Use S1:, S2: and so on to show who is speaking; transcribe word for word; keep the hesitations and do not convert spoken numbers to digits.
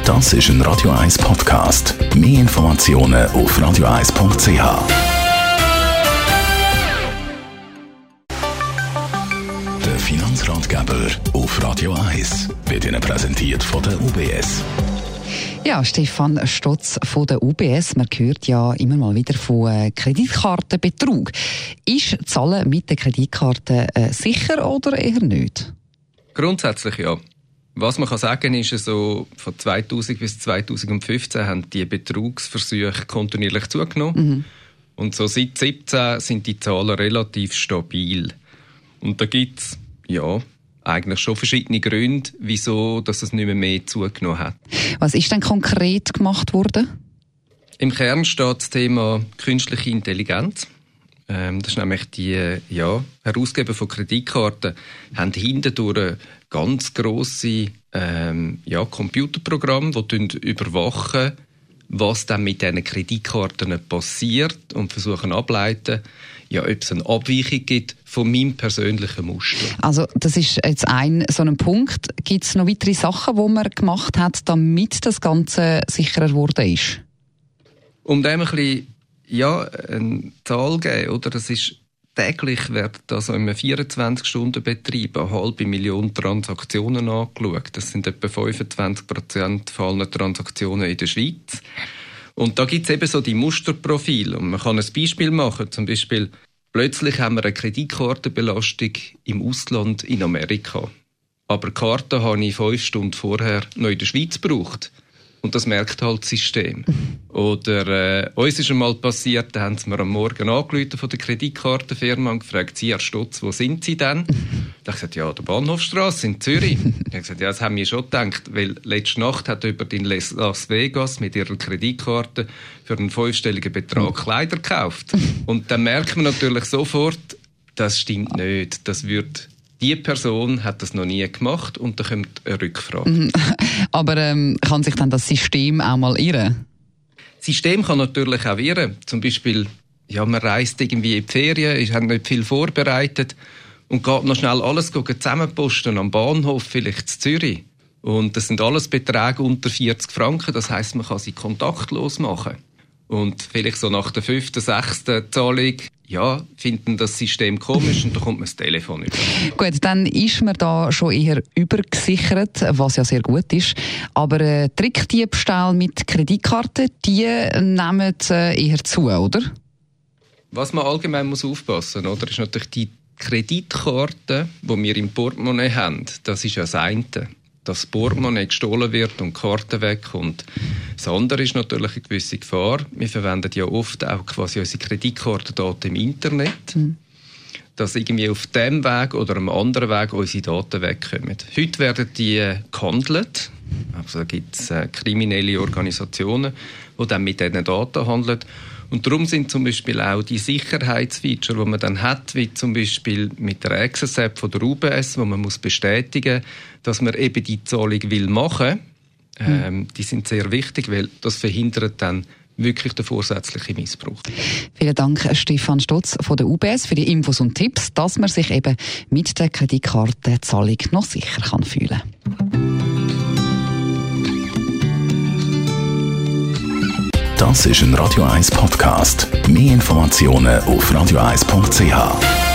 S1: Das ist ein Radio eins Podcast. Mehr Informationen auf radio eins punkt c h. Der Finanzratgeber auf Radio eins wird Ihnen präsentiert von der U B S.
S2: Ja, Stefan Stotz von der U B S. Man hört ja immer mal wieder von Kreditkartenbetrug. Ist Zahlen mit der Kreditkarte äh, sicher oder eher nicht?
S3: Grundsätzlich ja. Was man kann sagen ist, so von zweitausend bis zweitausendfünfzehn haben die Betrugsversuche kontinuierlich zugenommen. Mhm. Und so seit siebzehn sind die Zahlen relativ stabil. Und da gibt es ja eigentlich schon verschiedene Gründe, wieso dass es nicht mehr, mehr zugenommen hat.
S2: Was ist denn konkret gemacht worden?
S3: Im Kern steht das Thema künstliche Intelligenz. Ähm, das ist nämlich die ja, Herausgeber von Kreditkarten haben hintendurch ganz grosse ähm, ja, Computerprogramme, die überwachen, was dann mit diesen Kreditkarten passiert und versuchen ableiten, ja, ob es eine Abweichung gibt von meinem persönlichen Muster.
S2: Also das ist jetzt ein so ein Punkt. Gibt es noch weitere Sachen, die man gemacht hat, damit das Ganze sicherer geworden ist?
S3: Um dem ein bisschen ja, eine Zahl zu geben, oder? Das ist, täglich werden also im vierundzwanzig-Stunden-Betrieb eine halbe Million Transaktionen angeschaut. Das sind etwa fünfundzwanzig Prozent von allen Transaktionen in der Schweiz. Und da gibt es eben so die Musterprofile. Und man kann ein Beispiel machen. Zum Beispiel, plötzlich haben wir eine Kreditkartenbelastung im Ausland in Amerika. Aber die Karte habe ich fünf Stunden vorher noch in der Schweiz gebraucht. Und das merkt halt das System. Oder äh, uns ist einmal passiert, da haben sie mir am Morgen angerufen von der Kreditkartenfirma und gefragt, Sie, Herr Stotz, wo sind Sie denn? Da habe ich gesagt, ja, der Bahnhofstrasse in Zürich. Ich habe gesagt, ja, das haben wir schon gedacht, weil letzte Nacht hat über in Las Vegas mit ihrer Kreditkarte für einen fünfstelligen Betrag Kleider gekauft. Und dann merkt man natürlich sofort, das stimmt nicht, das wird... Die Person hat das noch nie gemacht und da kommt eine Rückfrage.
S2: Aber ähm, kann sich dann das System auch mal irren?
S3: Das System kann natürlich auch irren. Zum Beispiel, ja, man reist irgendwie in die Ferien, ist, hat nicht viel vorbereitet und geht noch schnell alles zusammenposten am Bahnhof, vielleicht in Zürich. Und das sind alles Beträge unter vierzig Franken, das heisst, man kann sie kontaktlos machen. Und vielleicht so nach der fünften, sechsten Zahlung, ja, finden das System komisch und dann kommt man das Telefon über.
S2: Gut, dann ist man da schon eher übergesichert, was ja sehr gut ist. Aber äh, Trickdiebstahl mit Kreditkarten, die nehmen äh, eher zu, oder? Was
S3: man allgemein muss aufpassen, oder, ist natürlich die Kreditkarte, die wir im Portemonnaie haben, das ist ja das eine. Dass das Portemonnaie gestohlen wird und die Karte wegkommt. Das andere ist natürlich eine gewisse Gefahr. Wir verwenden ja oft auch quasi unsere Kreditkartendaten im Internet. Mhm. Dass irgendwie auf dem Weg oder einem anderen Weg unsere Daten wegkommen. Heute werden die gehandelt. Also da gibt es äh, kriminelle Organisationen, die dann mit diesen Daten handeln. Und darum sind zum Beispiel auch die Sicherheitsfeature, die man dann hat, wie zum Beispiel mit der Access-App von der U B S, wo man muss bestätigen, dass man eben die Zahlung will machen, ähm, die sind sehr wichtig, weil das verhindert dann wirklich den vorsätzlichen Missbrauch.
S2: Vielen Dank, Stefan Stotz von der U B S, für die Infos und Tipps, dass man sich eben mit der Kreditkartenzahlung noch sicher kann fühlen kann.
S1: Das ist ein Radio eins Podcast. Mehr Informationen auf radio eins punkt c h.